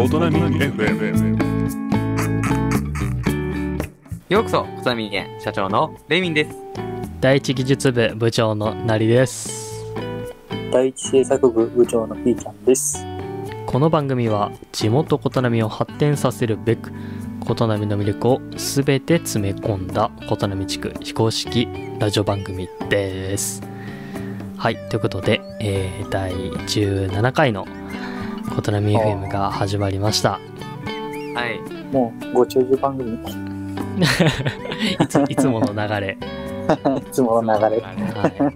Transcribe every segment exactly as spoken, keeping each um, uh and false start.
ことなみ エフエム。 ようこそことなみへ。社長のレイミンです。 第一技術部部長のなりです。 第一制作部部長のピーちゃんです。 この番組は地元ことなみを発展させるべく、ことなみの魅力をすべて詰め込んだことなみ地区非公式ラジオ番組です。はい、ということで、えー、だいじゅうななかいのことなみ エフエム が始まりました。 はい。 もうご長寿番組いついつもの流れいつもの流れ、 はい、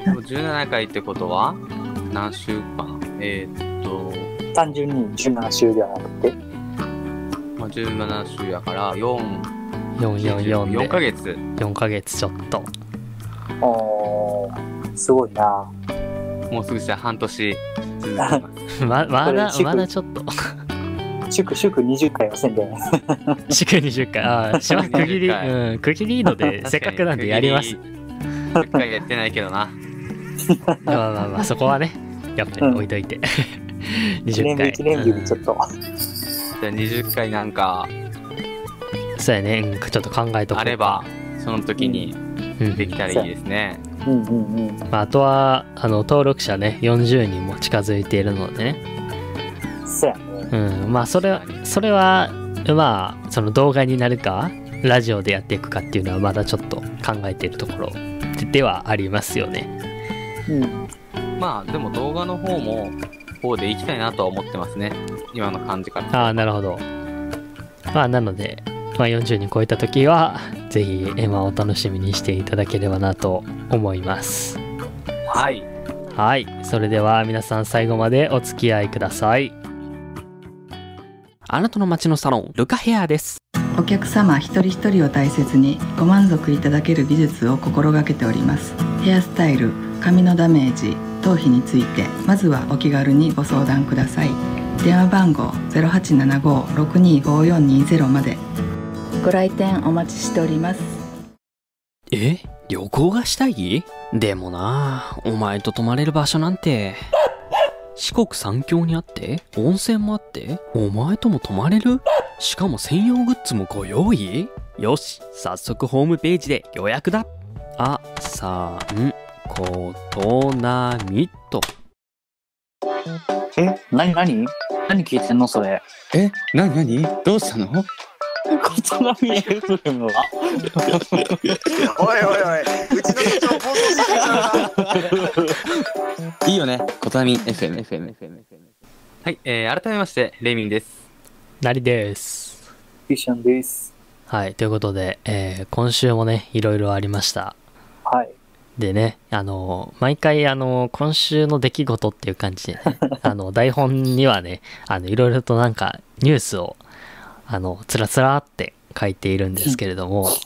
もうじゅうななかいってことは何週間？えー、っと単純にじゅうなな週ではなくて、 まあ、じゅうなな週やからよん、 よんよんよんでよんかげつよんかげつちょっと。 おー、すごいな。 もうすぐしたら半年続きますま, まだまだちょっと祝祝にじゅっかいはせんで祝にじゅっかい、ああしま区切り、うん、区切りいいのでせっかくなんでやります。 じゅっかいやってないけどなまあまあまあそこはねやっぱり置いといて、うん、にじゅっかい記念日にちょっと、うん、 じゃあにじゅっかいなんかそうやね、うん、ちょっと考えとこうか。 あればその時にできたらいいですね。 うんうんうん。 まあ、あとはあの登録者ねよんじゅうにんも近づいているのでね。 そうやね。 うん、まあそれそれはまあその動画になるかラジオでやっていくかっていうのはまだちょっと考えているところではありますよね。 うん。 まあでも動画の方も方でいきたいなとは思ってますね、今の感じから。 ああなるほど。まあなので、まあ、よんじゅうにん超えた時はぜひエマを楽しみにしていただければなと思います。 はいはい、それでは皆さん最後までお付き合いください。あなたの街のサロンルカヘアです。 お客様一人一人を大切にご満足いただける美術を心がけております。ヘアスタイル、髪のダメージ、頭皮についてまずはお気軽にご相談ください。電話番号 ゼロはちななご ろくにごよんにゼロ までご来店お待ちしております。 え、旅行がしたい？でもな、お前と泊まれる場所なんて四国三峡にあって温泉もあってお前とも泊まれる？しかも専用グッズもご用意？よし、早速ホームページで予約だ。あさんことなみと。 え、なになに何聞いてんのそれ。 え、なになにどうしたの？ ことなみ エフエム はおいおいおい、うちの社長暴走してるからいいよね、ことなみ エフエム。 はい、えー、改めましてレイミンです。 なりです。 ピーシャンです。 はい、ということで、えー、今週もねいろいろありました。 はい。 でね、あの毎回あの今週の出来事っていう感じでねあの台本にはねあのいろいろとなんかニュースをあのつらつらって書いているんですけれども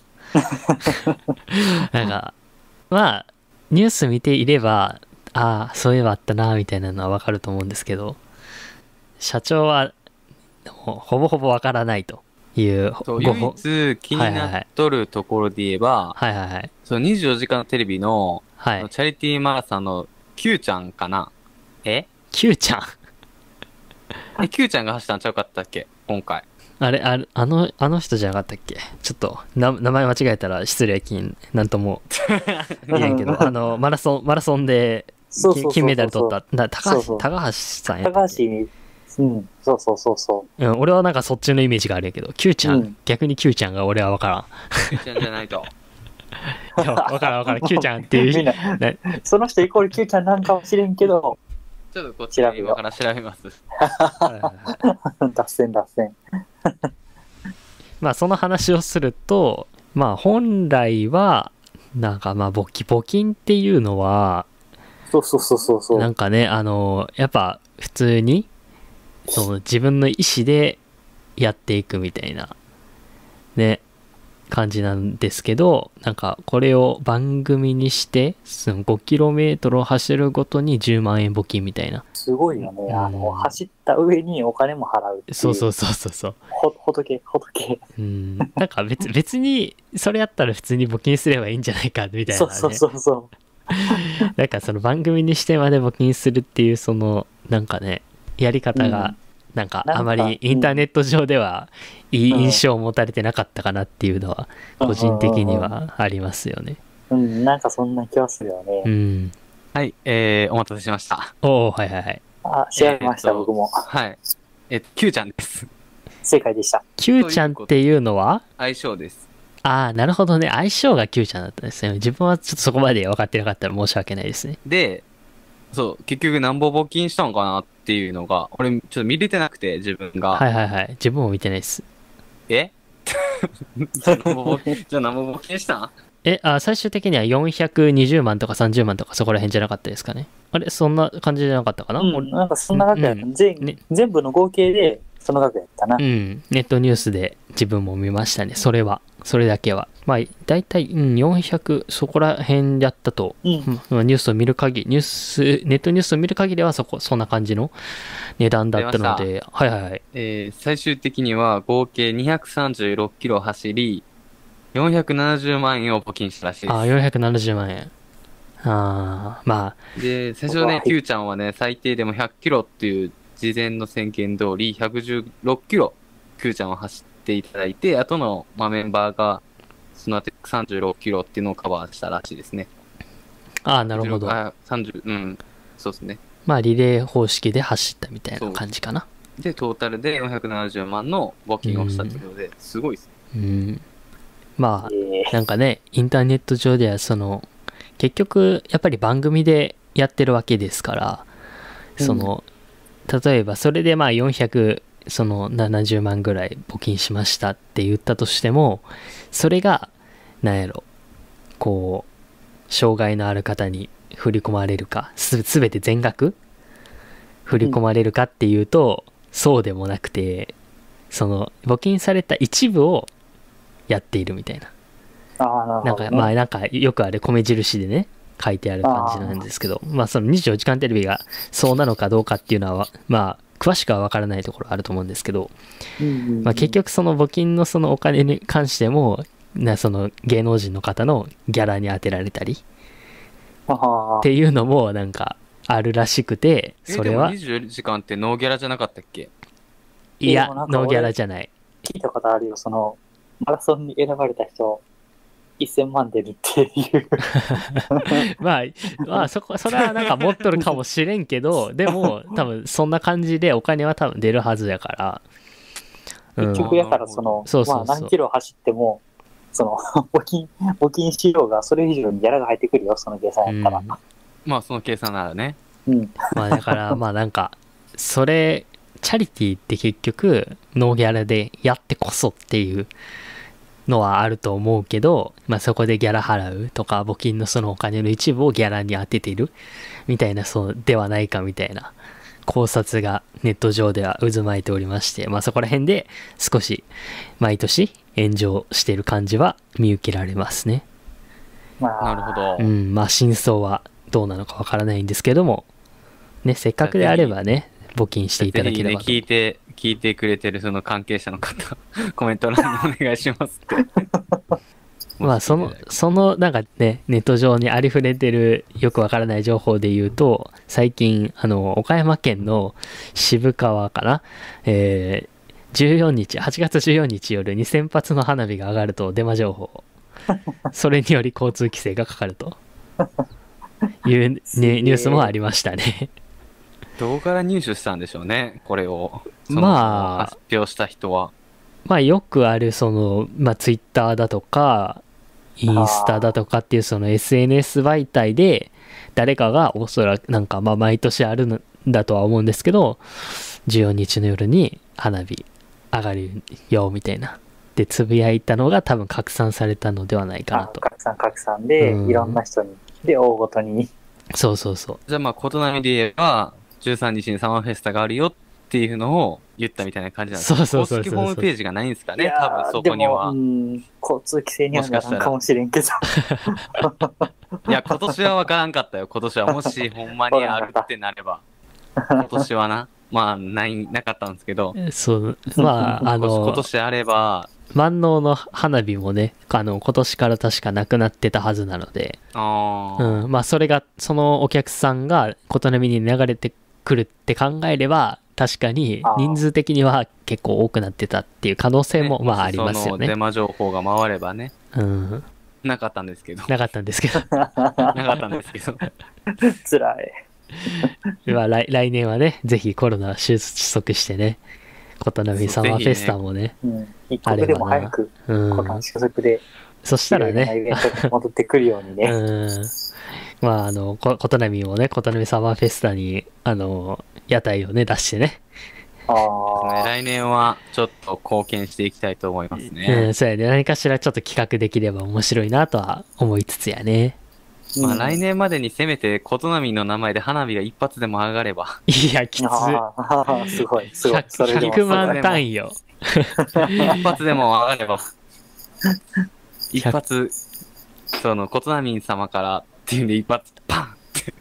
なんかまあニュース見ていればああそういえばあったなみたいなのはわかると思うんですけど、社長はほぼほぼわからないというそう唯一気になっとるところで言えば、 はいはいはい、 そうにじゅうよじかんテレビの、 はい、 チャリティーマラソンの Q ちゃんかな。え Q ちゃんえ Q ちゃんが走ったんちゃうかったっけ今回。 あれ、あれ、あの、あの人じゃなかったっけ？ちょっと、な、名前間違えたら失礼金、なんとも言えんけど、あの、マラソン、マラソンで、金メダル取った、だ高橋、高橋さんやったっけ？ 高橋、うん、そうそうそうそう。 うん、俺はなんかそっちのイメージがあるんやけど、Q ちゃん、うん、逆に Q ちゃんが俺は分からん。 Q ちゃんじゃないと。 いや、分からん分からん、Q ちゃんっていう。 みんな、その人イコール Q ちゃんなんかもしれんけど、 ちょっとこっち今から調べます。 脱線脱線。 まあその話をすると、まあ本来はなんかまあ募金募金っていうのは、 そうそうそうそうそう。 なんかね、あのやっぱ普通にその自分の意思でやっていくみたいなね感じなんですけど、なんかこれを番組にしてその ごキロメートル を走るごとにじゅうまんえん募金みたいな。 すごいよね、うん、あの走った上にお金も払うっていう。 そうそうそうそうそう。 ほ仏仏。 うん。なんか別別にそれやったら普通に募金すればいいんじゃないかみたいなね。 そうそうそうそう。 なんかその番組にしてまで募金するっていうそのなんかねやり方がなんかなんかあまりインターネット上ではいい印象を持たれてなかったかなっていうのは個人的にはありますよね。 うん、なんかそんな気はするよね。 うん。 はい、えー、お待たせしました。 おお、はいはいはい。 あ、調べました、 えーと僕も。 はい。えっと、Q ちゃんです。 正解でした。 Q ちゃんっていうのは、 相性です。 ああ、なるほどね。相性が Q ちゃんだったんですね。自分はちょっとそこまで分かってなかったら申し訳ないですね。 で、そう、結局なんぼ募金したのかなっていうのが、俺ちょっと見れてなくて、自分が。 はいはいはい。自分も見てないです。 えじゃあなんぼ募金じゃあなんぼ募金したんえ、あ、最終的にはよんひゃくにじゅうまんとかさんじゅうまんとかそこら辺じゃなかったですかね。あれそんな感じじゃなかったかな、 うん、 俺なんかそんな額やった、 うん全ね全部の合計でその額やったな。 うん。ネットニュースで自分も見ましたね。それは。それだけは。まあ、だいたい、うん、よんひゃく、そこら辺やったと、 うん。 まあニュースを見る限り、ニュース、ネットニュースを見る限りはそこ、そんな感じの値段だったので、はいはいはい。 えー、最終的には合計にひゃくさんじゅうろっキロ走り、よんひゃくななじゅうまん円を募金したらしいです。 あ、よんひゃくななじゅうまんえん。ああ、まあ、 で、最初ね、Q ちゃんはね、最低でもひゃっキロっていう事前の宣言通り、ひゃくじゅうろっキロ、Q ちゃんは走っていただいて、あとの、まあ、メンバーが、その後さんじゅうろっキロっていうのをカバーしたらしいですね。 ああ、なるほど。 あ、さんじゅう、うん、そうですね。 まあ、リレー方式で走ったみたいな感じかな。 で、トータルでよんひゃくななじゅうまんの募金をしたということで、すごいですね。 うん。まあ、 えーなんかね、インターネット上では、その、結局、やっぱり番組でやってるわけですから、その、例えば、それでまあよんひゃく、そのななじゅうまんぐらい募金しましたって言ったとしても、それが、なんやろ、こう、障害のある方に振り込まれるか、す、すべて全額振り込まれるかっていうと、そうでもなくて、その、募金された一部をやっているみたいな。 ああ、なるほど、 なんか、 ね。 まあなんかよくあれ米印でね、書いてある感じなんですけど、まあそのにじゅうよじかんテレビがそうなのかどうかっていうのは、まあ詳しくはわからないところあると思うんですけど、 うんうんうんまあ結局その募金のそのお金に関しても、なその芸能人の方のギャラに当てられたりははっていうのもなんかあるらしくて、 えそれはでも、にじゅうよじかんってノーギャラじゃなかったっけ？ いやでもなん、か俺ノーギャラじゃない。 聞いたことあるよ。その、マラソンに選ばれた人、せんまん出るっていう。 まあ、まあ、そこ、それはなんか持っとるかもしれんけど、でも、多分そんな感じでお金は多分出るはずやから。うん結局やから、その、 そうそうそうまあ何キロ走っても、その、募金、募金しようが、それ以上にギャラが入ってくるよ、その計算やったら。 まあ、その計算ならね。 うん。 まあだから、まあなんか、それ、チャリティーって結局、ノーギャラでやってこそっていうのはあると思うけど、まあそこでギャラ払うとか、募金のそのお金の一部をギャラに当ててるみたいな、そうではないかみたいな考察がネット上では渦巻いておりまして、まあそこら辺で少し毎年炎上している感じは見受けられますね。 まあ、 なるほど。 うん、まあ真相はどうなのかわからないんですけども、ね、せっかくであればね、募金していただければと。 ぜひね、聞いて、聞いてくれてるその関係者の方、コメント欄にお願いしますって。 まあその、そのなんかね、ネット上にありふれてるよくわからない情報で言うと、最近、あの、岡山県の渋川かな、えー、じゅうよっか、はちがつじゅうよっか夜にせん発の花火が上がるとデマ情報。それにより交通規制がかかるという、ね、ニュースもありましたね。 どこから入手したんでしょうね、これを。そのまあ発表した人は。 まあよくあるその、まあツイッターだとか、インスタだとかっていうその エスエヌエス 媒体で、誰かがおそらくなんかまあ毎年あるんだとは思うんですけど、じゅうよっかの夜に花火上がるよみたいな。で、つぶやいたのが多分拡散されたのではないかなあと。 拡散拡散で、 うんいろんな人に、で、大ごとに。 そうそうそう。 じゃあまあ、琴波で言えば、じゅうさんにちにサマーフェスタがあるよっていうのを言ったみたいな感じなんですか。 そうそうそうそう公式ホームページがないんですかね、 いやー多分そこにはでも、う。ん、交通規制にはならんかもしれんけど。 いや、今年はわからんかったよ、今年は。もしほんまにあるってなれば。今年はな。まあ、ない、なかったんですけど。 そう、まあ、あ今の、 年あれば、 万能の花火もね、あの、今年から確かなくなってたはずなので、 あー、 うん、まあそれが、そのお客さんが琴波に流れてくるって考えれば、 確かに人数的には結構多くなってたっていう可能性もね、 まあありますよね。 そのデマ情報が回ればね。 うん。 なかったんですけど。 なかったんですけど。 なかったんですけど。 つらい。 まあ来来年はね、ぜひコロナ収束してね、琴波サマーフェスタもね、 うん、一刻でも早く、コロナ収束で、 そしたらね、 イベントに戻ってくるようにね。 うん。まああの、琴波もね、琴波サマーフェスタに、あの、屋台をね、出してね。 ああ。 来年はちょっと貢献していきたいと思いますね。 うん、そうやね。何かしらちょっと企画できれば面白いなとは思いつつやね。 まあ来年までにせめて琴波の名前で花火が一発でも上がれば。 いや、きつ。 あすごい、すごい。 ひゃく、ひゃくまん単位よ。 一発でも上がれば。一発、その琴波様からっていうんで一発、パンって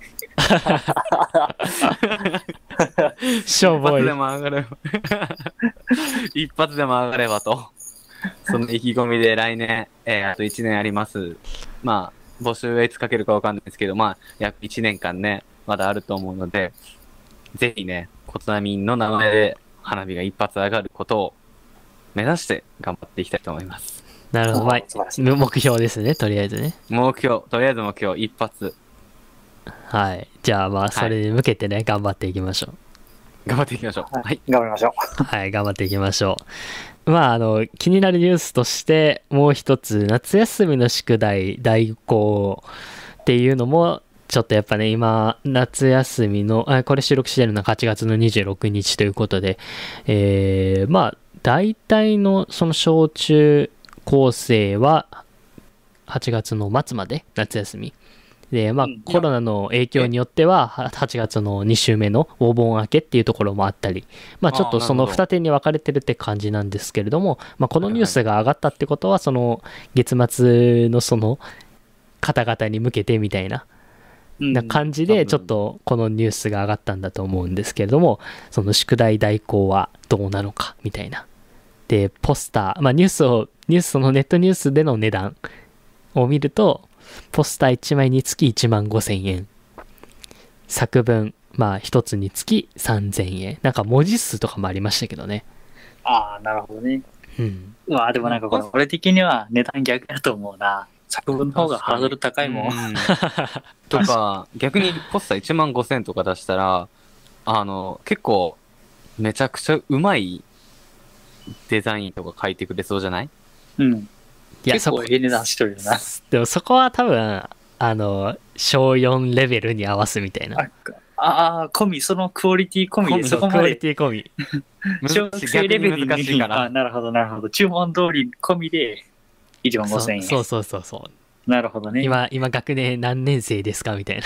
しょぼい。 一発でも上がれば。一発でも上がればと。その意気込みで来年、えー、あといちねんあります。まあ、募集はいつかけるかわかんないですけど、まあ、約いちねんかんね、まだあると思うので、ぜひね、琴波の名前で花火が一発上がることを目指して頑張っていきたいと思います。 なるほど。まあ、目標ですね、とりあえずね。 目標、とりあえず目標、一発。 はい。じゃあまあ、それに向けてね、はい、頑張っていきましょう。 頑張っていきましょう。はい。はい、 頑張りましょう。はい、頑張っていきましょう。まあ、あの、気になるニュースとして、もう一つ、夏休みの宿題代行っていうのも、ちょっとやっぱね、今、夏休みの、あ、これ収録してるのがはちがつのにじゅうろくにちということで、えー、まあ、大体のその小中高生は、はちがつの末まで夏休み。で、まあ、コロナの影響によっては、はちがつのに週目のお盆明けっていうところもあったり、まあ、ちょっとその二手に分かれてるって感じなんですけれども、まあ、このニュースが上がったってことは、その、月末のその、方々に向けてみたいな、な感じで、ちょっとこのニュースが上がったんだと思うんですけれども、その宿題代行はどうなのか、みたいな。で、ポスター、まあ、ニュースを、ニュース、そのネットニュースでの値段を見ると、ポスターいちまいにつきいちまんごせんえん。作文、まあひとつにつきさんぜんえん。なんか文字数とかもありましたけどね。 ああ、なるほどね。 うん。 まあでもなんかこの、俺的には値段逆だと思うな。作文の方がハードル高いもん。 うん、とか、逆にポスターいちまんごせんとか出したら、あの、結構、めちゃくちゃうまいデザインとか書いてくれそうじゃない？ うん。いや、結構ええ値段しとるよな。 でもそこは多分、あの、小よんレベルに合わすみたいな。 ああ、込み、そのクオリティ込みで、そこまで。 クオリティ込み。 小学生レベルに難しいから。あ、なるほど、なるほど。注文通り込みでいちまんごせんえん。 そうそうそうそう。 なるほどね。 今、今学年何年生ですかみたいな。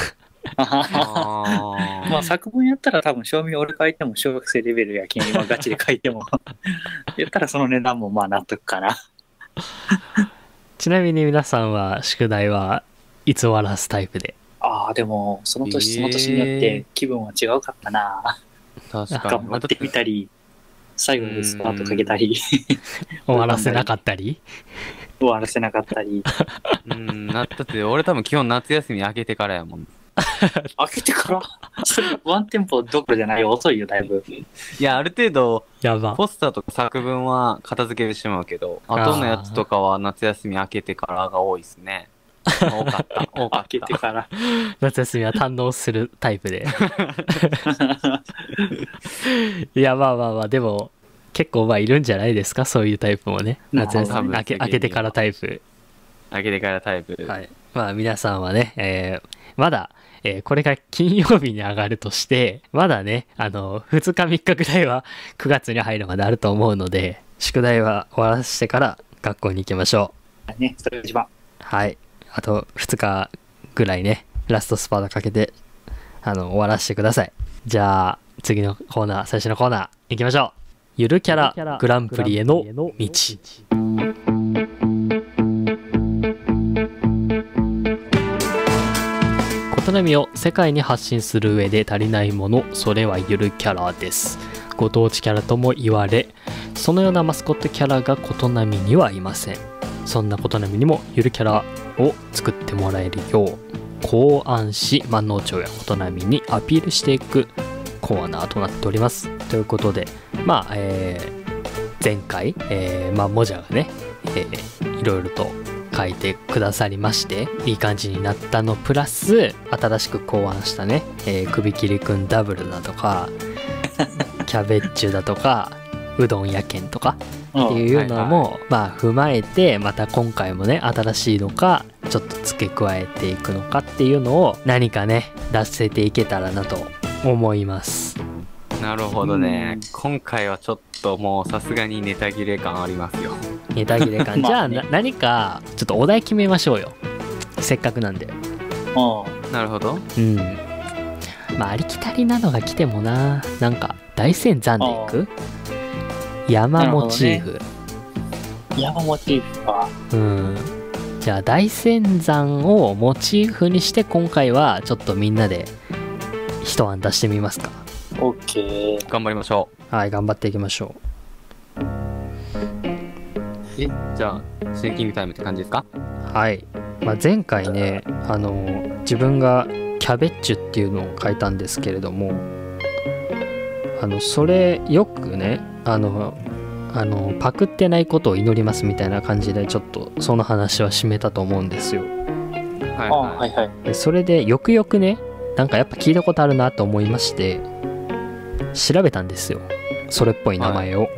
あまあ作文やったら多分賞味俺書いても小学生レベルやけん今ガチで書いてもやったらその値段もまあ納得かな。 ちなみに皆さんは宿題はいつ終わらすタイプで？ ああでもその年その年によって気分は違うかったな。 確かに頑張ってみたり最後にスパートかけたり終わらせなかったり終わらせなかったりうんだって俺多分基本夏休み明けてからやもん。 開けてからそれワンテンポどころじゃないよ、遅いよだいぶ。 いやある程度やばポスターとか作文は片付けてしまうけど、あとのやつとかは夏休み明けてからが多いですね。多かった多かった開けてから夏休みは堪能するタイプでいやまあまあまあでも結構まあいるんじゃないですか、そういうタイプもね。夏休み開け開けてからタイプ開けてからタイプ。 はい。まあ皆さんはね、えー、まだ、えー、これが金曜日に上がるとして、まだね、あの、ふつかみっかぐらいはくがつに入るまであると思うので、宿題は終わらせてから学校に行きましょう。ね、それが一番。 はい。あとふつかぐらいね、ラストスパートかけて、あの、終わらせてください。じゃあ、次のコーナー、最初のコーナー行きましょう。ゆるキャラグランプリへの道。琴波を世界に発信する上で足りないもの、それはゆるキャラです。ご当地キャラとも言われ、そのようなマスコットキャラが琴波にはいません。そんな琴波にもゆるキャラを作ってもらえるよう考案し、万能町や琴波にアピールしていくコーナーとなっております。ということで、まあ、えー、前回、えー、まあ、もじゃがね、えー、いろいろと書いてくださりまして、いい感じになったのプラス、新しく考案したね、えー、首切りくんダブルだとか、キャベッチュだとか、うどんやけんとかっていうのも、はいはい、まあ踏まえて、また今回もね、新しいのかちょっと付け加えていくのかっていうのを何かね出せていけたらなと思います。 なるほどね。今回はちょっともうさすがにネタ切れ感ありますよ。 ネタ切れ感じゃあ、ね、何かちょっとお題決めましょうよ、せっかくなんで。 なるほど。 うん、まあありきたりなのが来てもな、なんか大仙山でいく、山モチーフ、 ね、山モチーフか。 うん。じゃあ大仙山をモチーフにして今回はちょっとみんなで一案出してみますか。 オッケー。 頑張りましょう。はい、頑張っていきましょう。 え、じゃあシンキングタイムって感じですか？ はい。まあ、前回ね、あの自分がキャベッチュっていうのを書いたんですけれども、あのそれよくね、あのあのパクってないことを祈りますみたいな感じでちょっとその話は締めたと思うんですよ。 はいはいはい。 でそれでよくよくね、なんかやっぱ聞いたことあるなと思いまして調べたんですよ、それっぽい名前を。はい、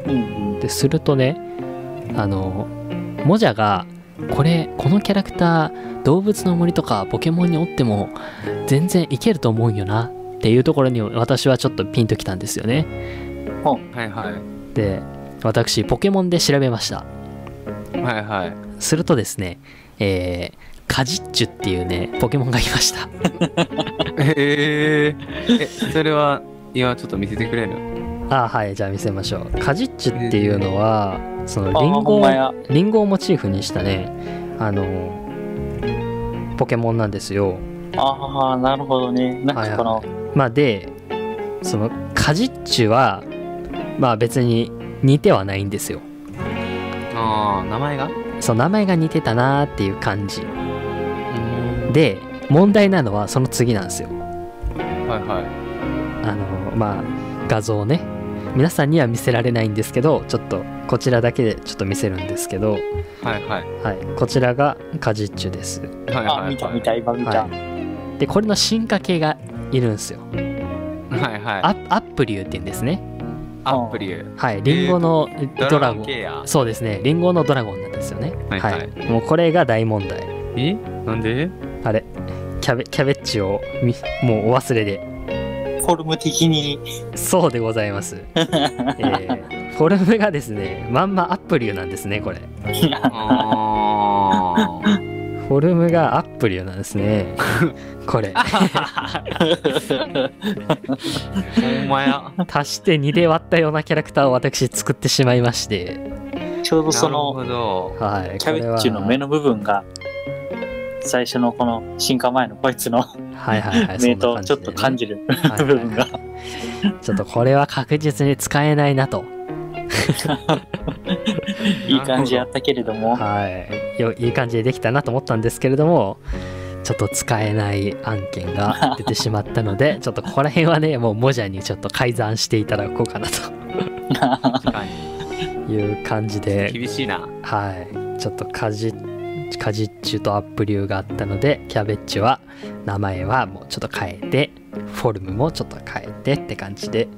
でするとね、あのもじゃがこれこのキャラクター動物の森とかポケモンにおっても全然いけると思うんよなっていうところに私はちょっとピンときたんですよね。 はいはい。 で私ポケモンで調べました。 はいはい。 するとですね、えー、カジッチュっていうねポケモンがいました。 えー、えそれは今ちょっと見せてくれる？ あ、はい、じゃあ見せましょう。カジッチュっていうのは、えー、そのリンゴをリンゴをモチーフにしたね、あのポケモンなんですよ。 ああ、なるほどね。なんかこの、はいはい、 まあでそのカジッチュはまあ別に似てはないんですよ。 ああ、名前が？ そう、名前が似てたなーっていう感じ。で、問題なのはその次なんですよ。 はいはい。 あのまあ画像ね、皆さんには見せられないんですけど、ちょっとこちらだけでちょっと見せるんですけど、 はいはい。 はい、こちらがカジッチュです。 はいはいはい、 あ、見た見た今見た。はい、 でこれの進化系がいるんですよ。 はいはい。 アップリューって言うんですね。 アップリュー。 はい、リンゴのドラゴン。 えー、 そうですね、リンゴのドラゴンなんですよね。はい、はいはい、もうこれが大問題。 え？なんで？ あれ、キャベ、キャベッチをもうお忘れで。 フォルム的に。 そうでございます。えー、フォルムがですね、まんまアップリューなんですね、これ。 あフォルムがアップリューなんですね。これ。ほんまや。 足してにで割ったようなキャラクターを私作ってしまいまして。 ちょうどその、 はい、 キャベッチュの目の部分が、最初のこの進化前のこいつのはいはいはい、 目とちょっと感じる部分が、 ちょっとこれは確実に使えないなと。 いい感じやったけれども、 はい、よいい感じでできたなと思ったんですけれども、ちょっと使えない案件が出てしまったのでちょっとここら辺はね、もうモジャにちょっと改ざんしていただこうかなという感じで、 厳しいな。 はい、ちょっとカジカジッチュとアップリューがあったので、キャベッチュは名前はもうちょっと変えて、フォルムもちょっと変えてって感じで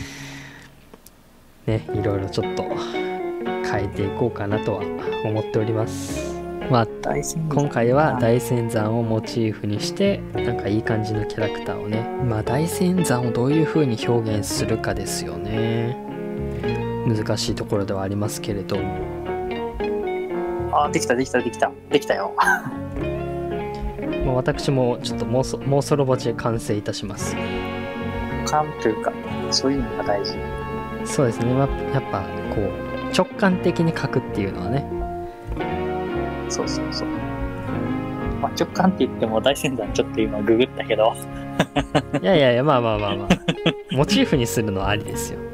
ね、いろいろちょっと変えていこうかなとは思っております。まあ今回は大仙山をモチーフにしてなんかいい感じのキャラクターをね、まあ大仙山をどういう風に表現するかですよね。難しいところではありますけれども。 あ、できたできたできたできたよ。まあ私もちょっともうそもうそろぼちで完成いたします。 感というかそういうのが大事。 そうですね、まあ、やっぱこう直感的に書くっていうのはね。 そうそうそう。まあ、直感って言っても大仙山ちょっと今ググったけど。 いやいやいや、まあまあまあまあ。モチーフにするのはありですよ。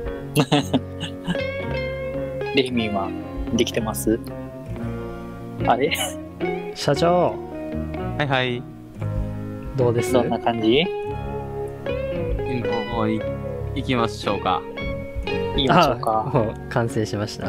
レイミンはできてます？あれ？ 社長。 はいはい。 どうです？ どんな感じ？ もう一行きましょうか。 言いましょうあか。 もう完成しました。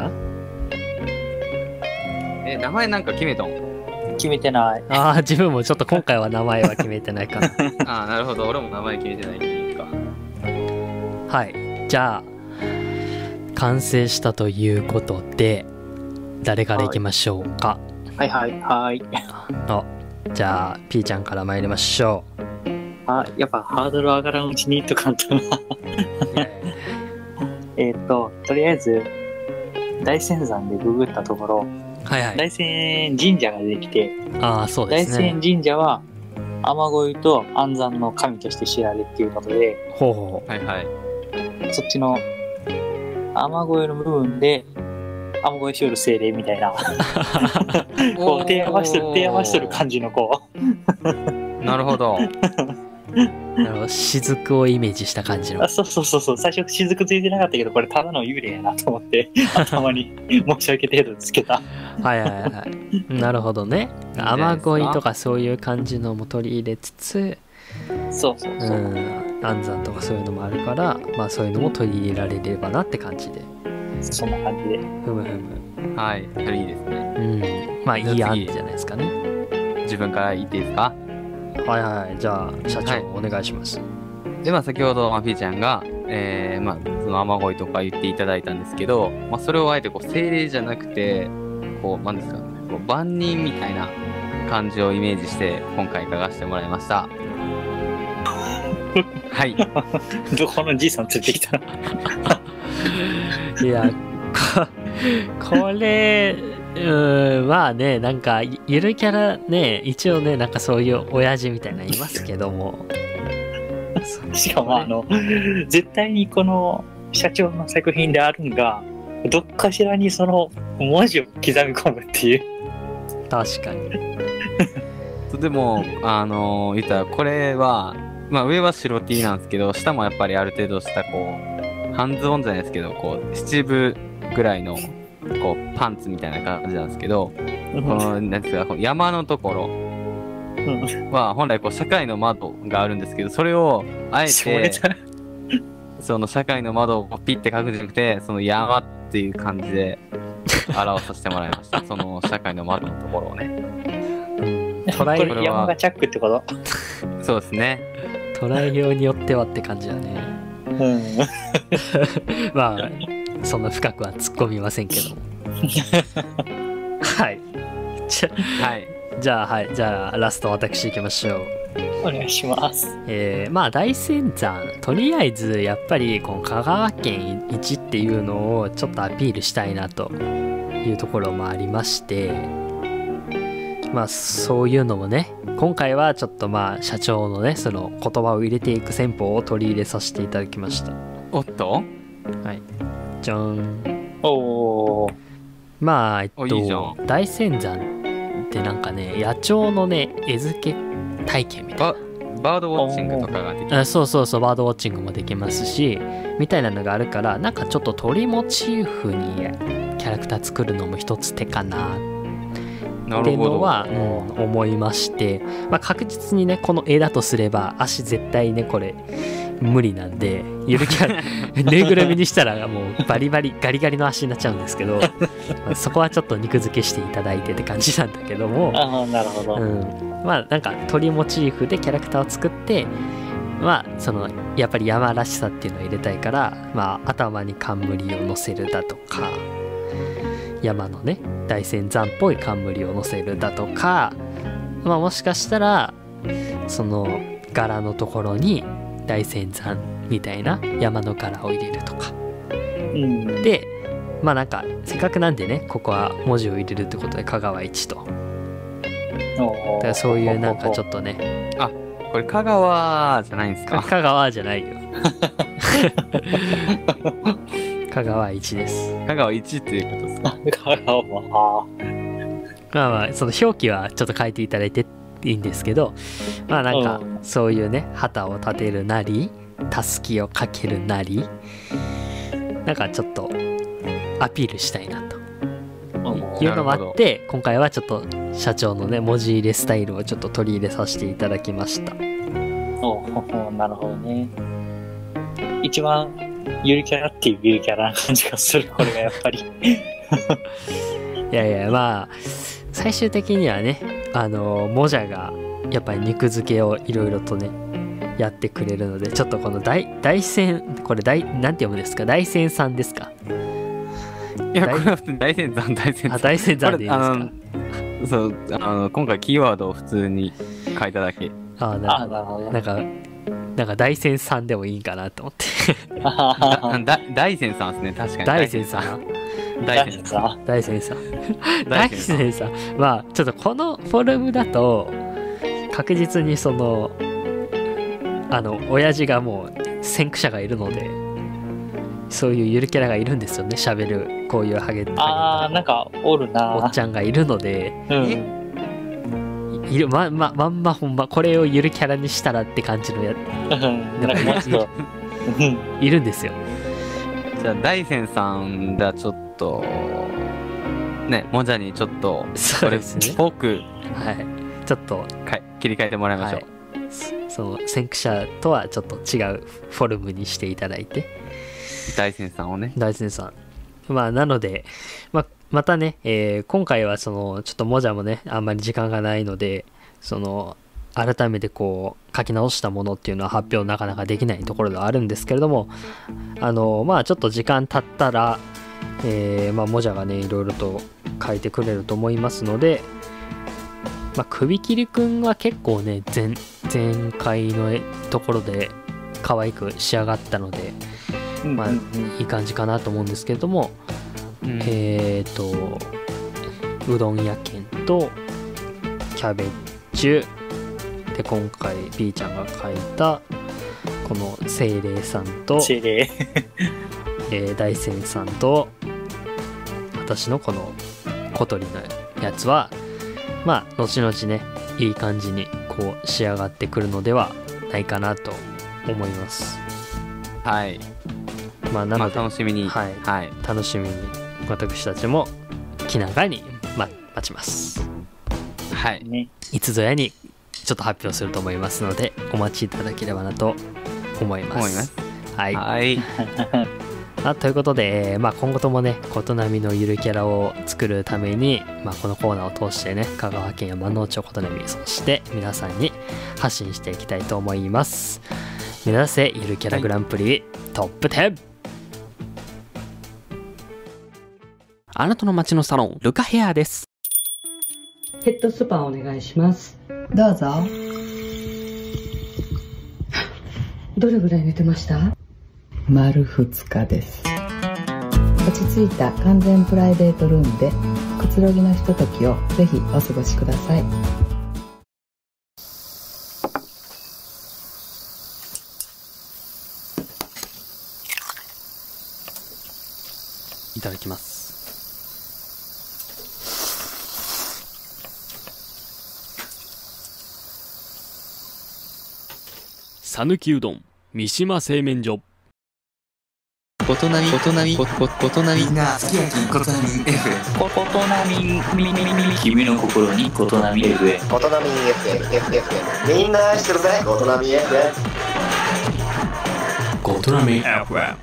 え、名前なんか決めたん？ 決めてない。 ああ、自分もちょっと今回は名前は決めてないかな。 ああ、なるほど。俺も名前決めてないけどいいか。 はい。じゃあ、完成したということで、誰からいきましょうか。 はいはいはい。 あ、じゃあ、P ちゃんから参りましょあ、やっぱハードル上がらんうちにとかんとな。 う。 えっと、とりあえず、大仙山でググったところ、 はいはい。 大仙神社が出てきて、 ああ、そうで大すね仙。神社は雨乞いと安産の神として知られるっていうことで、 ほうほう。 はいはい。 そっちの雨乞いの部分で雨乞いしよる精霊みたいなこう手合わしとる手合わしとる感じのこうなるほど。 なるほど。雫をイメージした感じのあ。そうそうそうそう最初雫ついてなかったけどこれただの幽霊やなと思って頭に申し訳程度つけた。 はいはいはい。なるほどね。雨乞いとかそういう感じのも取り入れつつ、 そうそううそう、 ん、安産とかそういうのもあるから、まあそういうのも取り入れられればなって感じで。 そんな感じで。 ふむふむ。 はい。それいいですね。 うん。まあいい案じゃないですかね。 自分から言っていいですか？ はいはい。じゃあ、社長、 はいお願いします。 で、まあ先ほど、まあ、ピーちゃんが、えー、まあ、その雨乞いとか言っていただいたんですけど、まあそれをあえてこう、精霊じゃなくて、こう、なんですかね、こう万人みたいな感じをイメージして、今回書かせてもらいました。はい。 どこのじいさん連れてきたの？ いや、ここれ、うーん、まあね、なんか、ゆるキャラね、一応ね、なんかそういう親父みたいなのいますけども。 しかもあの絶対にこの社長の作品であるんがどっかしらにその文字を刻み込むっていう。 確かに。 そうでも、あのー言ったら、これは、まあ上は白 T なんですけど、下もやっぱりある程度した、こう、ハンズオンじゃないですけど、こう、七分ぐらいの、こう、パンツみたいな感じなんですけど、この、なんですか、この山のところは、本来、こう、社会の窓があるんですけど、それを、あえて、その社会の窓をこうピッて書くんじゃなくて、その山っていう感じで表させてもらいました。その社会の窓のところをね。 トライこれ山がチャックってこと？ そうですね。 トライ用によってはって感じだね。 うんまあ、そんな深くは突っ込みませんけど。はい。じゃ、 はい。 じゃあ、はい。じゃあ、ラスト私行きましょう。 お願いします。 えー、まあ大仙山とりあえずやっぱりこの香川県一っていうのをちょっとアピールしたいなというところもありまして、まあそういうのもね今回はちょっとまあ社長のねその言葉を入れていく戦法を取り入れさせていただきました。 おっとはいじゃん。 おーまあえっおいいじゃと大仙山ってなんかね野鳥のね餌付け体験みたいなババードウォッチングとかができる。 あそうそうそうバードウォッチングもできますしみたいなのがあるからなんかちょっと鳥モチーフにキャラクター作るのも一つ手かなっていうのは、うん、思いまして、まあ、確実にねこの絵だとすれば足絶対ねこれ無理なんでゆるキャラぬいぐるみにしたらもうバリバリガリガリの足になっちゃうんですけど、まあ、そこはちょっと肉付けしていただいてって感じなんだけどもああなるほど、 うん、まあなんか鳥モチーフでキャラクターを作ってまあそのやっぱり山らしさっていうのを入れたいからまあ頭に冠を乗せるだとか山のね大仙山っぽい冠を乗せるだとかまあもしかしたらその柄のところに大仙山みたいな山の柄を入れるとか、 うん、 でまあなんかせっかくなんでねここは文字を入れるってことで香川一とだからそういうなんかちょっとねあこれ香川じゃないんですか。 香川じゃないよ香川一です香川一っていうことですか。 香川はまあまあその表記はちょっと書いていただいていいんですけどまあなんかそういうね旗を立てるなりたすきをかけるなりなんかちょっとアピールしたいなというのもあって今回はちょっと社長のね文字入れスタイルをちょっと取り入れさせていただきました。 おおなるほどね。 一番ゆるキャラっていうゆるキャラな感じがする、これがやっぱり。 いやいや、まあ最終的にはね、あのモジャがやっぱり肉付けをいろいろとねやってくれるので、ちょっとこの大大戦、これ大なんて読むんですか、大戦さんですか。 いや、これは普通に大戦山、大戦山。 あ、大戦山でいいですか。 あのそう、あの今回キーワードを普通に書いただけ。 あ、なあ、なるほどね。 なんかなんか大戦さんでもいいんかなと思って。 だだ大戦さんですね、確かに。 大戦さん。 大戦さん。 大戦さん。大大戦さん。 戦さん。まあちょっとこのフォルムだと確実にそのあの親父がもう先駆者がいるので、そういうゆるキャラがいるんですよね。喋るこういうハゲあー、なんかおるな。 おっちゃんがいるので、 うん。 いるまままんまほんまこれをゆるキャラにしたらって感じのやなんかもうちょっと、うんいるんですよ。 じゃあ大戦さんがちょっとね、もじゃにちょっとそうですね。 っぽくはい。ちょっとか切り替えてもらいましょう。 はい、その先駆者とはちょっと違うフォルムにしていただいて、 大戦さんをね。 大戦さん。まあなので、ままたね、えー今回はそのちょっともじゃもねあんまり時間がないので、その改めてこう書き直したものっていうのは発表なかなかできないところではあるんですけれども、あのまあちょっと時間経ったら、えーまあもじゃがねいろいろと書いてくれると思いますので、まあ、首切りくんは結構ね 前, 前回のところで可愛く仕上がったので、まあいい感じかなと思うんですけれども、 うん、 えっ、とうどん屋券とキャベチュで、今回 B ちゃんが書いたこの精霊さんと、 精霊えー大仙さんと私のこの小鳥のやつはまあ後々ねいい感じにこう仕上がってくるのではないかなと思います。 はい。 まあなので、 まあ、楽しみに、 はいはい、 楽しみに私たちも気長に、ま、待ちます。 はい、 ね、 いつぞやにちょっと発表すると思いますのでお待ちいただければなと思います。 思いますはい。 はいあということで、えーまあ、今後ともね琴波のゆるキャラを作るために、まあ、このコーナーを通してね香川県山之内琴波そして皆さんに発信していきたいと思います。目指せゆるキャラグランプリ、はい、トップテン。 あなたの街のサロンルカヘアです。 ヘッドスパお願いします。 どうぞ。 どれぐらい寝てました？ 丸ふつかです。落ち着いた完全プライベートルームでくつろぎのひとときをぜひお過ごしください。 いただきます。さぬきうどん三島製麺所。 ことなみことなみここことなみみんな好きやきことなみ エフエムこことなみみみみみ君の心にことなみ エフエムことなみ エフエム エフエム みんな愛してるぜことなみ エフエムことなみ エフエム。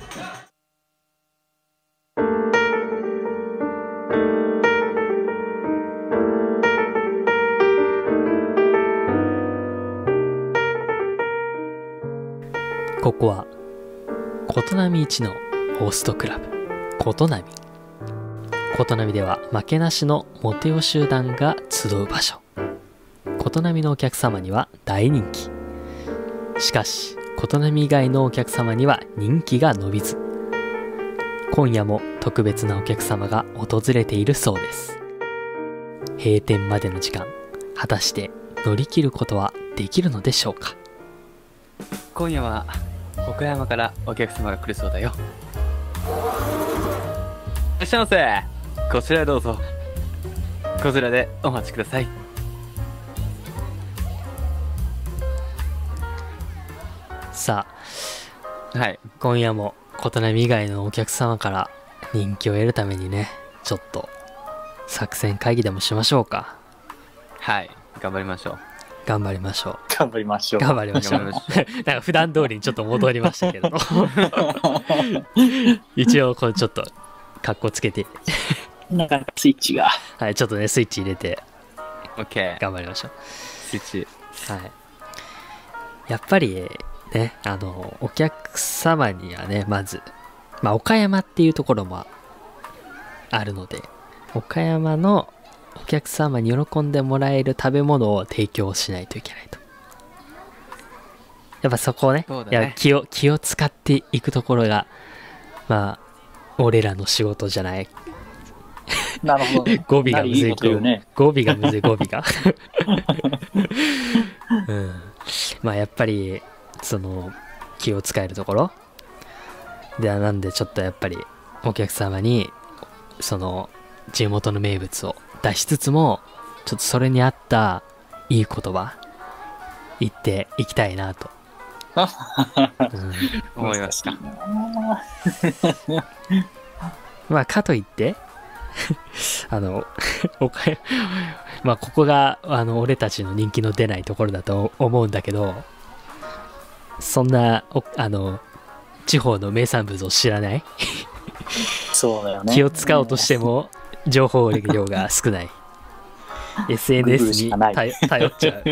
ここは琴波一のホストクラブ琴波。琴波では負けなしのモテ男集団が集う場所。琴波のお客様には大人気。しかし琴波以外のお客様には人気が伸びず、今夜も特別なお客様が訪れているそうです。閉店までの時間、果たして乗り切ることはできるのでしょうか。 今夜は岡山からお客様が来るそうだよ。いらっしゃいませ。こちらへどうぞ。こちらでお待ちください。 さあ、 はい、 今夜も琴波以外のお客様から人気を得るためにね、ちょっと作戦会議でもしましょうか。 はい、頑張りましょう。 頑張りましょ頑張りましょう。 う。 頑張りましょう。 頑張なんか普段通りにちょっと戻りましたけれど。一応、これちょっと、カッコつけて、 なかなかスイッチが。 はい、ちょっとね、スイッチ入れて、 オッケー。 頑張りましょう。 スイッチ。 はい。やっぱりね、あの、お客様にはね、まず、まあ、岡山っていうところもあるので、岡山のお客様に喜んでもらえる食べ物を提供しないといけないと。やっぱそこをね、 そうだねいや気を、気を使っていくところが、まあ、俺らの仕事じゃない。 なるほど。 語尾がむずいいいこと言うね。 語尾がむずい語尾が、うん、まあやっぱりその気を使えるところでは、なんでちょっとやっぱりお客様にその地元の名物を出しつつも、ちょっとそれに合ったいい言葉言っていきたいなと、うん、 思いました。 まあかといってあの岡山、まあここがあの俺たちの人気の出ないところだと思うんだけど、そんなおあの地方の名産物を知らないそうだよね。 気を使おうとしても情報量が少ないエスエヌエス に頼頼っちゃう。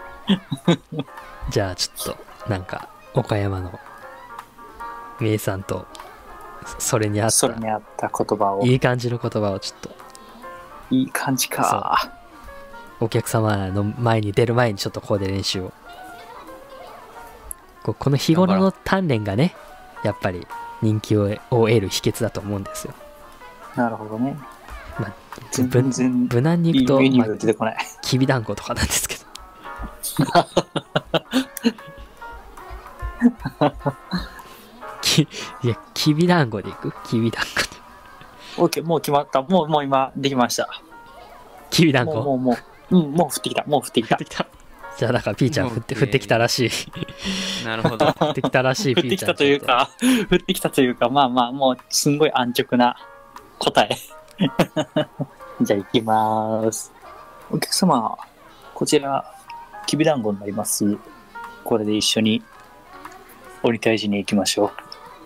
じゃあちょっとなんか岡山の名産とそれに合っそれたに合った言葉を。 いい感じの言葉をちょっといい感じか。 お客様の前に出る前にちょっとここで練習を。ここの日頃の鍛錬がね、やっぱり人気をを得る秘訣だと思うんですよ。 なるほどね。 まあ、 全然無難にいくと、 いいメニューまあが出てこない。 きびだんごとかなんですけど。きいや、きびだんごでいくきびだんごで。 オッケー、もう決まった。もう、もう今、できました。 きびだんごもう、もう、もう、うん、もう降ってきた。もう降ってきた。 降ってきた。じゃあ、なんか、ピーちゃん降って、降ってきたらしい。 なるほど。 降ってきたらしい、 降っピーちゃん。 てきたというか、降ってきたというか、まあまあ、もう、すんごい安直な答え。じゃあ、行きまーす。お客様、こちら、きびだんごになります。これで一緒に、鬼退治に行きましょう。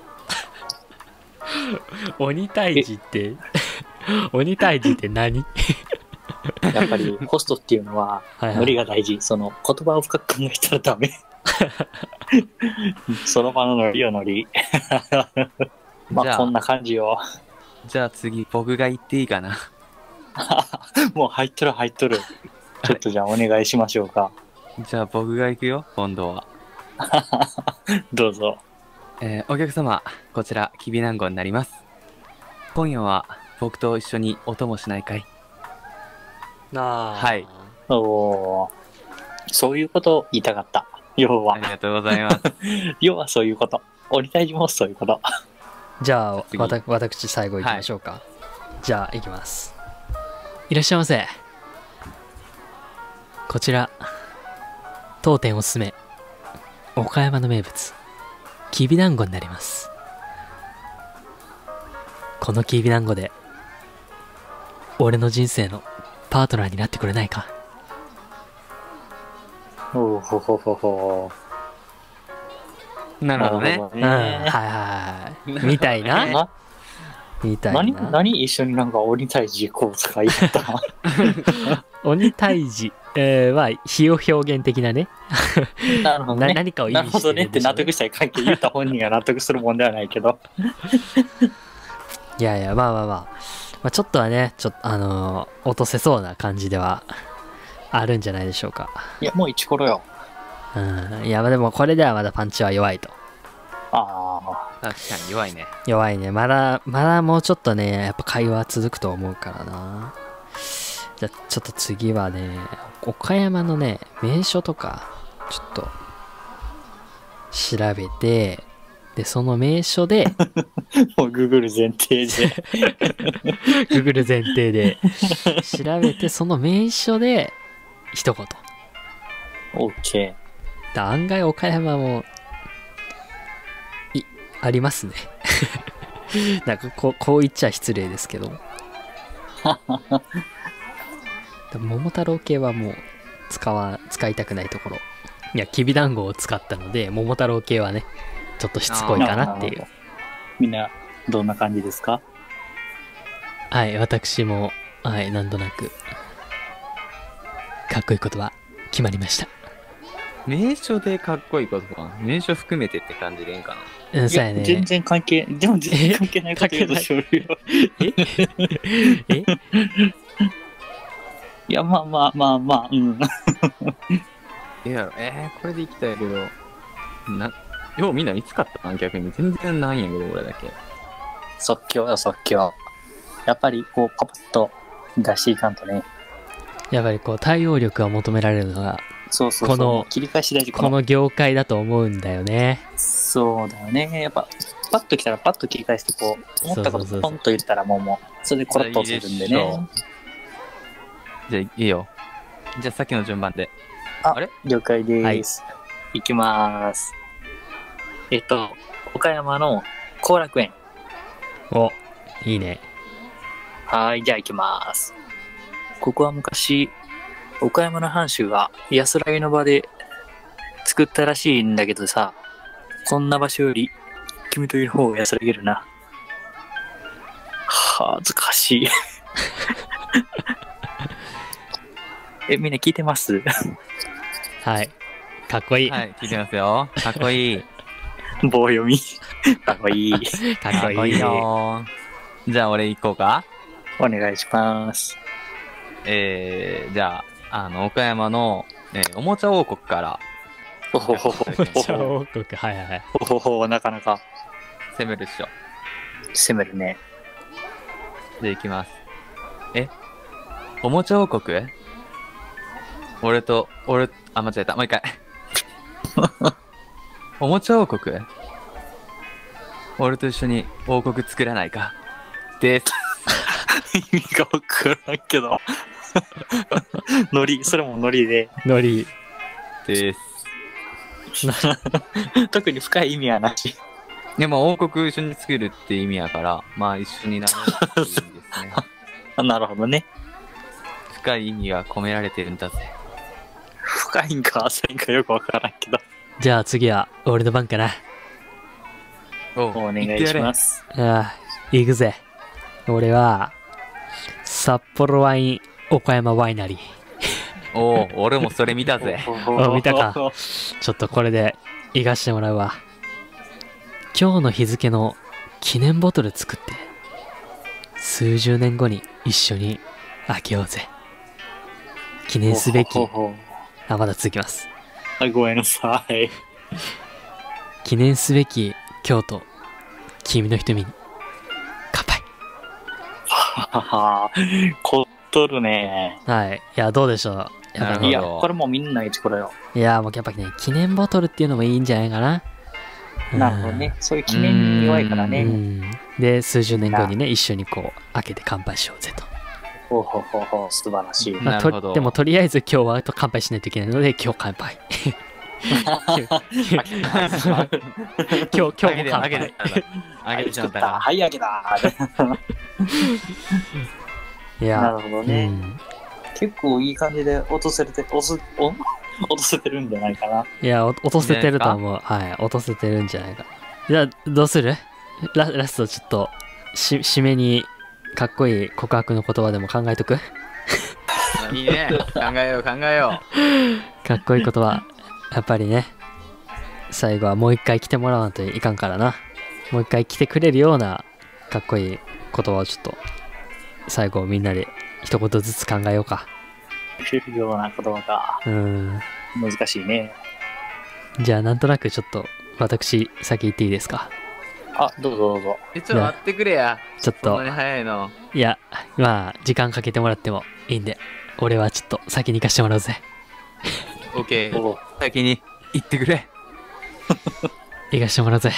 鬼退治って鬼退治って何？ やっぱりホストっていうのははいはいノリが大事。その言葉を深く考えたらダメ。その場のノリよノリ。まじゃああこんな感じよ。 じゃあ次、僕が言っていいかな。 もう入っとる入っとる。ちょっとじゃあお願いしましょうか。 じゃあ僕が行くよ、今度は。 どうぞ。 えーお客様、こちら、きびだんごになります。今夜は僕と一緒にお供しないかい？ なはい。 おー、そういうことを言いたかった。要はあり、がとうございます。 要はそういうこと。鬼退治もそういうこと。 じゃあ、 次わた私最後行きましょうか。じゃあ、行きます。いらっしゃいませ。こちら、当店おすすめ、岡山の名物、きびだんごになります。このきびだんごで、俺の人生のパートナーになってくれないか？ おーほほほほ。 なるほどね。 うん、はいはい。みたいな。 なみたい何、 な。 何一緒になんか鬼退治こう使いやった鬼退治、えー、は、非を表現的なね。ななるほどね。 何かを意味してなるほどねるんでしょうねって納得したい関係言った本人が納得するもんではないけど。 いやいや、まあまあまあ。まあ、ちょっとはね、ちょっと、あのー落とせそうな感じではあるんじゃないでしょうか。 いや、もう一コロよ。 うん。いや、まあでもこれではまだパンチは弱いと。 あ確かに弱いね。 弱いね。まだ、まだもうちょっとね、やっぱ会話続くと思うからな。じゃあ、ちょっと次はね、岡山のね、名所とか、ちょっと、調べて、で、その名所で、 あ。もうグーグル前提で。 Google 前提で調べて、その名所で一言。 オッケだ案外岡山もいありますね。なんかこうこう言っちゃ失礼ですけど。桃太郎系はもう使わ、使いたくないところ。いや、きびだんごを使ったので、桃太郎系はね、ちょっとしつこいかなっていう。 みんな、どんな感じですか？ はい、私も、はい、なんとなく、かっこいい言葉、決まりました。 名所でかっこいいことか。名所含めてって感じでいいんかな。 うん、 いや、 そうやね。 全然関係、でも全然関係ないこと言うとしょるよ。 ええいや、まあまあまあまあ、うん。 いや、えー、これでいきたいけど、な、ようみんな見つかったな、逆に。全然ないんやけど、俺だけ。 即興よ、即興。やっぱり、こう、パパッと出していかんとね。 やっぱりこう、対応力が求められるのが、 そうそうそう。 この切り返し大事。 この業界だと思うんだよね。 そうだよね。やっぱ、パッと来たらパッと切り返して、こう、思ったことポンと言ったらもう、もう、それでコロッとするんでね。 じゃあ、いいよ。じゃあ、さっきの順番で。 ああれ了解です。いきまーす。えっと、岡山の後楽園。 お、いいね。 はーい、じゃあ行きまーす。ここは昔、岡山の藩主が安らぎの場で作ったらしいんだけどさ、こんな場所より君といる方が安らげるな。恥ずかしい。え、みんな聞いてます？ はい。かっこいい。 はい、聞いてますよ。かっこいい。 棒読み。かっこいい。 かっこいい。 かっこいいよ。じゃあ、俺行こうか。 お願いします。 えー、じゃあ、あの、岡山の、えーおもちゃ王国からほほほほほ超ほ王国、はいはいはい。 ほほほ、なかなか攻めるっしょ。 攻めるね。 で、行きます。えおもちゃ王国俺と、俺、あ、間違えた。もう一回。おもちゃ王国俺と一緒に王国作らないかです。 意味がわからんけど。ノリ、それもノリで。 ノリ。 です。 特に深い意味はなし。 でも王国一緒に作るって意味やから、まあ一緒になろうっていう意味ですね。 なるほどね。 深い意味が込められてるんだぜ。 深いんか浅いんかよくわからんけど。 じゃあ次は俺の番かな。 おお願いします。 ああ、行くぜ。俺は、札幌ワイン岡山ワイナリー。 おう、俺もそれ見たぜ。 お見たか。ちょっとこれで行かしてもらうわ。今日の日付の記念ボトル作って、数十年後に一緒に開けようぜ。記念すべき、 ほほほあ、まだ続きます。 あ、ごめんなさい。 記念すべき今日と君の瞳に乾杯。 はは凝っとるね。 はい。いや、どうでしょう。やっぱなるほどね、 いや、これもうみんな一これよ。 いや、もうやっぱね、記念ボトルっていうのもいいんじゃないかな。 なるほどね。そういう記念に弱いからうね。 ん。で、数十年後にね、一緒にこう、開けて乾杯しようぜと。 ほうほうほうほう、素晴らしい。 まあ、 なるほどとでも、とりあえず今日は乾杯しないといけないので、今日乾杯。今日、今日も乾あげ杯。 て、あげてしまったな。 はい、あげた。 いや、 なるほどうね。 ん。 結構いい感じで落とせれて、落とす、お落とせてるんじゃないかな。 いや、お落とせてると思う。はい。落とせてるんじゃないか。じゃあ、どうするララストちょっと、し、締めに、かっこいい告白の言葉でも考えとくいいね。考えよう、考えよかっこいい言葉。やっぱりね、最後はもう一回来てもらわんといかんからな。もう一回来てくれるような、かっこいい言葉をちょっと、最後みんなで一言ずつ考えようか。 触れるような言葉がうーん。 難しいね。 じゃあ、なんとなくちょっと、私、先言っていいですか。 あ、どうぞどうぞ。 う。え、ちょっと待ってくれや。 ちょっとそんなに、早いの。 いや、まあ、時間かけてもらってもいいんで、俺はちょっと先に行かしてもらうぜ。 オッケー。 お先に行ってくれ。 行かしてもらうぜ。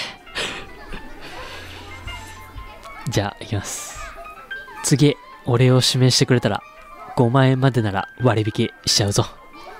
じゃあ、行きます。次、俺を指名してくれたら、ごまん円までなら割引しちゃうぞ。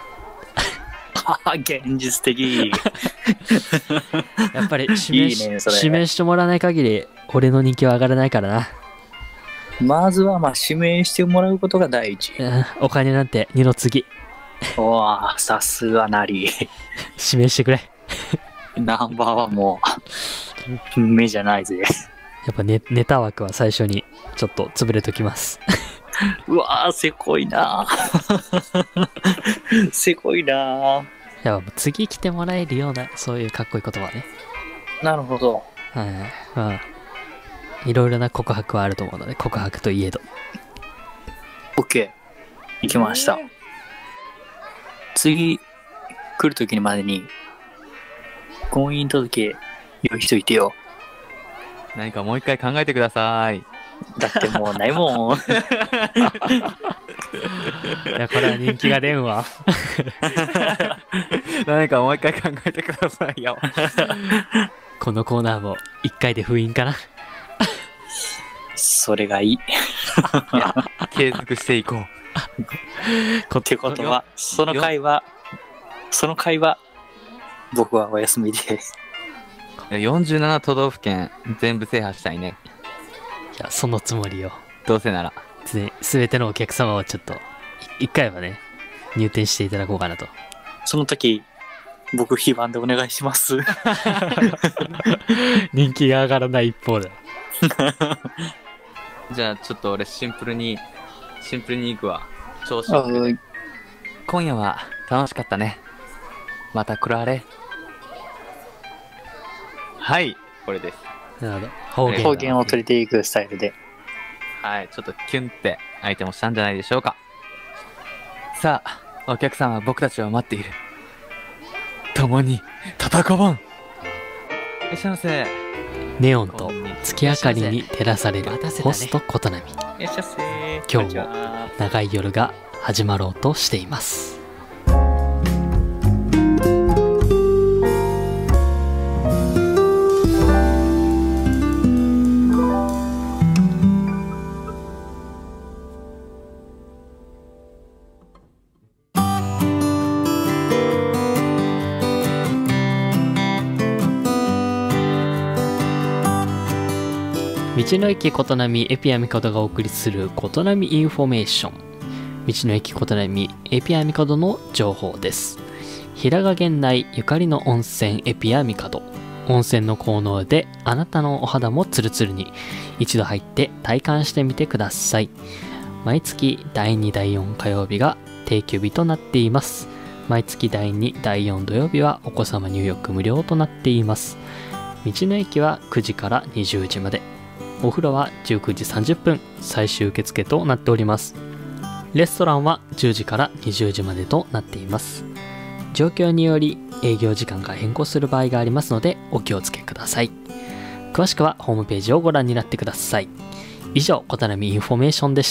現実的。 やっぱり指名しいいねそれ指名してもらわない限り、俺の人気は上がらないからな。 まずはまあ指名してもらうことが第一。 うん、お金なんて二の次。 おわ、さすがなり。 指名してくれ。 ナンバーワンも、目じゃないぜ。 やっぱネネタ枠は最初にちょっと潰れときます。 うわー、せこいなせこいな。 いや、もう次来てもらえるような、そういうかっこいい言葉ね。 なるほど。 はい。まあ、いろいろな告白はあると思うので、告白といえど。 OK。行きました。次、来るときにまでに、婚姻届用意しといてよ。 何かもう一回考えてください。 だってもうないもん。 いや、これは人気が出んわ。 何かもう一回考えてくださいよ。 このコーナーも一回で封印かな。 それがいい。 継続していこう。 ってことは、その回は、その回は、僕はお休みで。 よんじゅうなな都道府県全部制覇したいね。 いや、そのつもりよ。 どうせなら。 すべてのお客様をちょっと、一回はね、入店していただこうかなと。 その時、僕、非番でお願いします。 人気が上がらない一方だ。 じゃあ、ちょっと俺シンプルに、シンプルに行くわ。調子を。今夜は楽しかったね。また来られ。はい、これです。 なるほど。方言。 方言を連れていくスタイルで。 はい、ちょっとキュンって相手もしたんじゃないでしょうか。さあ、お客さんは僕たちを待っている。共に戦わん。いらっしゃいませ。 ネオンと月明かりに照らされるホスト琴波。 いらっしゃいませ。 今日も長い夜が始まろうとしています。道の駅琴波エピアミカドがお送りする琴波インフォメーション。道の駅琴波エピアミカドの情報です。平賀源内ゆかりの温泉エピアミカド。温泉の効能であなたのお肌もツルツルに。一度入って体感してみてください。毎月だいにだいよん火曜日が定休日となっています。毎月だいにだいよん土曜日はお子様入浴無料となっています。道の駅はくじからにじゅうじまで。お風呂はじゅうくじさんじゅっぷん最終受付となっております。レストランはじゅうじからにじゅうじまでとなっています。状況により営業時間が変更する場合がありますのでお気をつけください。詳しくはホームページをご覧になってください。以上、琴波インフォメーションでした。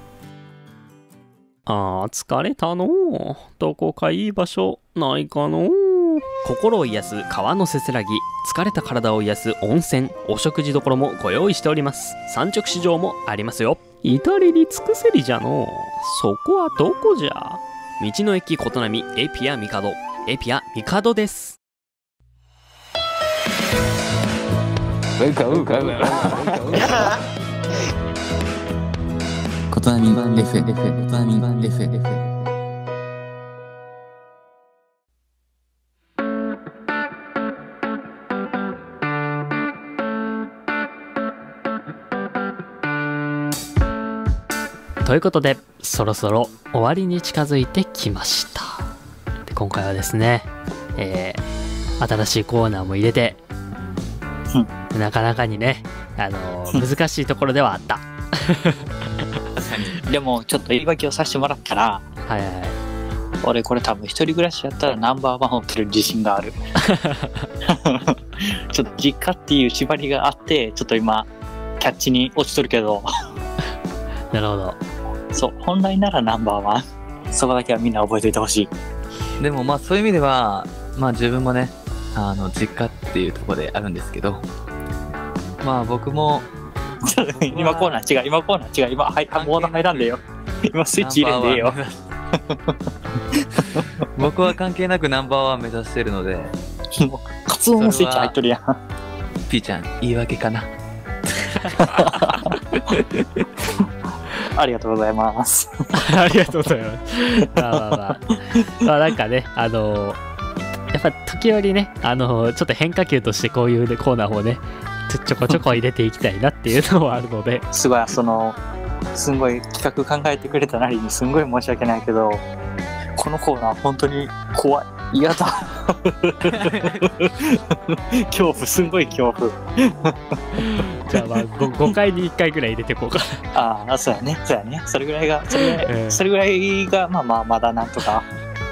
あー疲れたのー。どこかいい場所ないかのー。心を癒す川のせせらぎ、疲れた体を癒す温泉、お食事処もご用意しております。産直市場もありますよ。至れり尽くせりじゃのう。そこはどこじゃ。道の駅琴波エピアミカド、エピアミカドです。 うかうかうか琴波版レフェレフェ琴波版レフェレフェ。 ということで、そろそろ終わりに近づいてきました。で今回はですね、えー、新しいコーナーも入れて、うん、なかなかにね、あのー、難しいところではあった。 でもちょっと言い訳をさせてもらったら、 はいはい、 俺これ多分一人暮らしやったらナンバーワンを取る自信がある。ちょっと実家っていう縛りがあって、ちょっと今キャッチに落ちとるけど。 なるほど。 そう、本来ならナンバーワン。そこだけはみんな覚えておいてほしい。 でもまあそういう意味では、まあ自分もね、あの実家っていうところであるんですけど、まあ僕も今コーナー違う、今コーナー違う、今はいモード入らんでよ。今スイッチ入れんでいいよ。 僕は関係なくナンバーワン目指してるので、 カツオのスイッチ入っとるやん。 ピーちゃん言い訳かな。 ありがとうございます。 ありがとうございます。まあまあまあ。まあなんかね、あのやっぱ時折ね、あのちょっと変化球としてこういう、ね、コーナーをね、ちょちょこちょこ入れていきたいなっていうのはあるので。 すごい、その、すんごい企画考えてくれたなりにすんごい申し訳ないけど、このコーナー本当に怖い。嫌だ。恐怖、すんごい恐怖。 じゃあまあ ご, ごかいにいっかいぐらい入れていこうかな。 ああ、そうやね、そうやね。それぐらいが、それぐらい、えー、それぐらいが、まあまあ、まだなんとか。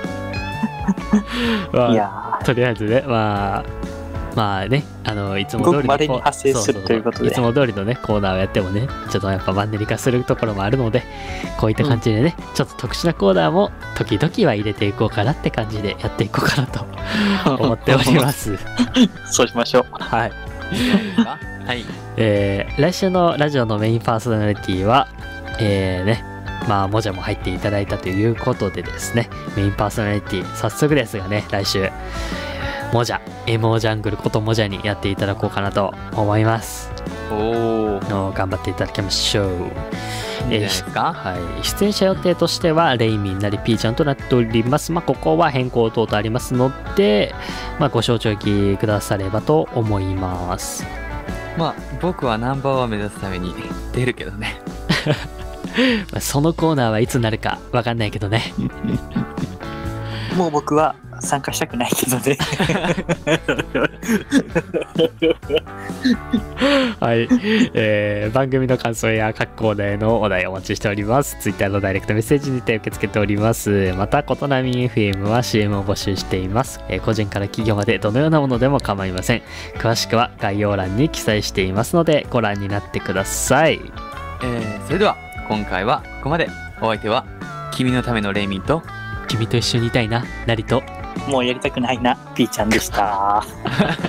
まあ、 いやとりあえずね、まあ、まあね、あのいつも通りのごく稀に発生するということで、 いつも通りのねコーナーをやってもね、ちょっとやっぱマンネリ化するところもあるので、こういった感じでね、うん、ちょっと特殊なコーナーも時々は入れていこうかなって感じでやっていこうかなと思っております。 そうしましょう。 はい。 はい。 えー、来週のラジオのメインパーソナリティは、えーね、まあもじゃも入っていただいたということでですね、メインパーソナリティ早速ですがね、来週もじゃ エムオー ジャングルこともじゃにやっていただこうかなと思います。 おー、 頑張っていただきましょう。 いいんじゃないですか。 はい、出演者予定としてはレイミンなりピーちゃんとなっております。まあここは変更等々ありますので、まあご承知おきくださればと思います。 まあ僕はナンバーワン目指すために出るけどね。 そのコーナーはいつになるかわかんないけどね。 もう僕は参加したくないけどね。 はい、えー、番組の感想や各コーナーへのお題お待ちしております。ツイッターのダイレクトメッセージにて受け付けております。また、ことなみ エフエム は シーエム を募集しています。えー、個人から企業までどのようなものでも構いません。詳しくは概要欄に記載していますのでご覧になってください。 えー、それでは今回はここまで。お相手は君のためのレイミンと君と一緒にいたいな、なりともうやりたくないな、ピーちゃんでした。